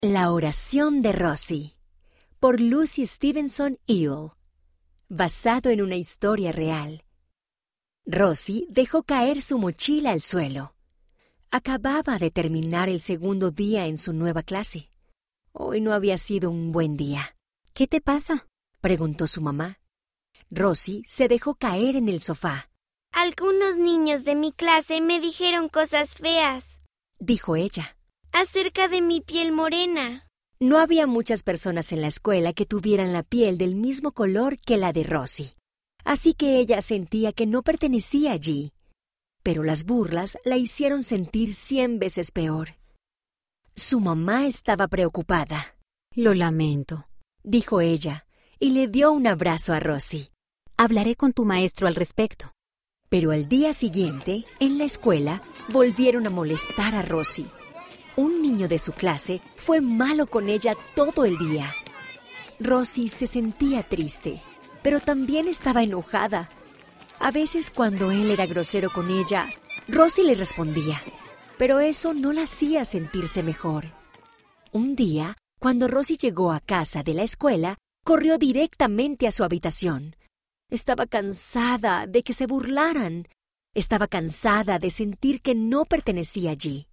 La oración de Rosie, por Lucy Stevenson Ewell, basado en una historia real. Rosie dejó caer su mochila al suelo. Acababa de terminar el segundo día en su nueva clase. Hoy no había sido un buen día. ¿Qué te pasa?, preguntó su mamá. Rosie se dejó caer en el sofá. Algunos niños de mi clase me dijeron cosas feas, dijo ella, acerca de mi piel morena. No había muchas personas en la escuela que tuvieran la piel del mismo color que la de Rosie, así que ella sentía que no pertenecía allí. Pero las burlas la hicieron sentir 100 veces peor. Su mamá estaba preocupada. Lo lamento, dijo ella, y le dio un abrazo a Rosie. Hablaré con tu maestro al respecto. Pero al día siguiente, en la escuela, volvieron a molestar a Rosie. Un niño de su clase fue malo con ella todo el día. Rosie se sentía triste, pero también estaba enojada. A veces cuando él era grosero con ella, Rosie le respondía, pero eso no la hacía sentirse mejor. Un día, cuando Rosie llegó a casa de la escuela, corrió directamente a su habitación. Estaba cansada de que se burlaran. Estaba cansada de sentir que no pertenecía allí.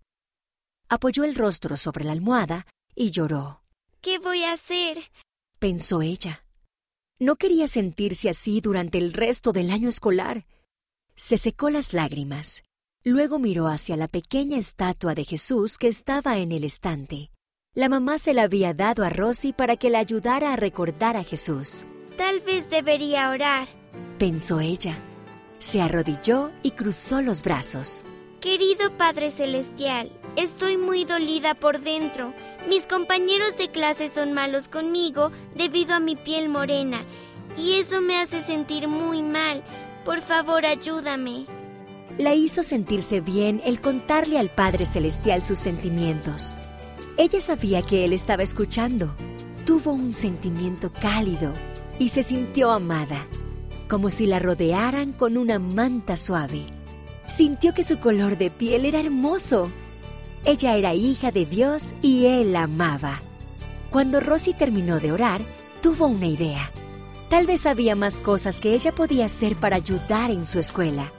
Apoyó el rostro sobre la almohada y lloró. ¿Qué voy a hacer?, pensó ella. No quería sentirse así durante el resto del año escolar. Se secó las lágrimas. Luego miró hacia la pequeña estatua de Jesús que estaba en el estante. La mamá se la había dado a Rosie para que la ayudara a recordar a Jesús. Tal vez debería orar, pensó ella. Se arrodilló y cruzó los brazos. Querido Padre Celestial, estoy muy dolida por dentro. Mis compañeros de clase son malos conmigo debido a mi piel morena, y eso me hace sentir muy mal. Por favor, ayúdame. La hizo sentirse bien el contarle al Padre Celestial sus sentimientos. Ella sabía que él estaba escuchando. Tuvo un sentimiento cálido y se sintió amada, como si la rodearan con una manta suave. Sintió que su color de piel era hermoso. Ella era hija de Dios y él la amaba. Cuando Rosie terminó de orar, tuvo una idea. Tal vez había más cosas que ella podía hacer para ayudar en su escuela.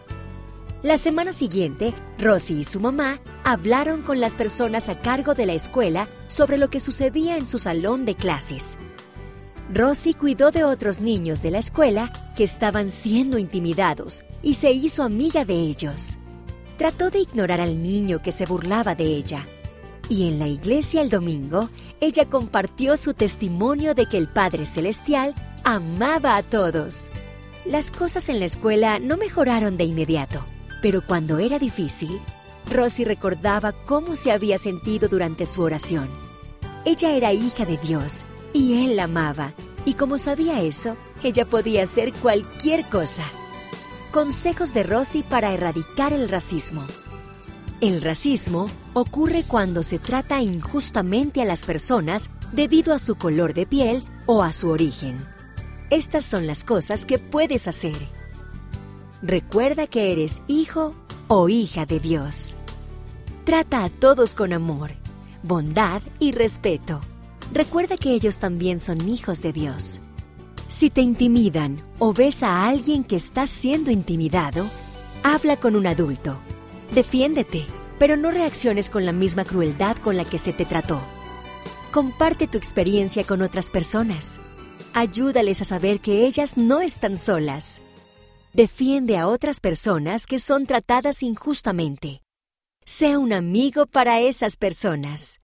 La semana siguiente, Rosie y su mamá hablaron con las personas a cargo de la escuela sobre lo que sucedía en su salón de clases. Rosie cuidó de otros niños de la escuela que estaban siendo intimidados y se hizo amiga de ellos. Trató de ignorar al niño que se burlaba de ella. Y en la iglesia el domingo, ella compartió su testimonio de que el Padre Celestial amaba a todos. Las cosas en la escuela no mejoraron de inmediato, pero cuando era difícil, Rosie recordaba cómo se había sentido durante su oración. Ella era hija de Dios y él la amaba, y como sabía eso, ella podía hacer cualquier cosa. Consejos de Rosie para erradicar el racismo. El racismo ocurre cuando se trata injustamente a las personas debido a su color de piel o a su origen. Estas son las cosas que puedes hacer. Recuerda que eres hijo o hija de Dios. Trata a todos con amor, bondad y respeto. Recuerda que ellos también son hijos de Dios. Si te intimidan o ves a alguien que está siendo intimidado, habla con un adulto. Defiéndete, pero no reacciones con la misma crueldad con la que se te trató. Comparte tu experiencia con otras personas. Ayúdales a saber que ellas no están solas. Defiende a otras personas que son tratadas injustamente. Sea un amigo para esas personas.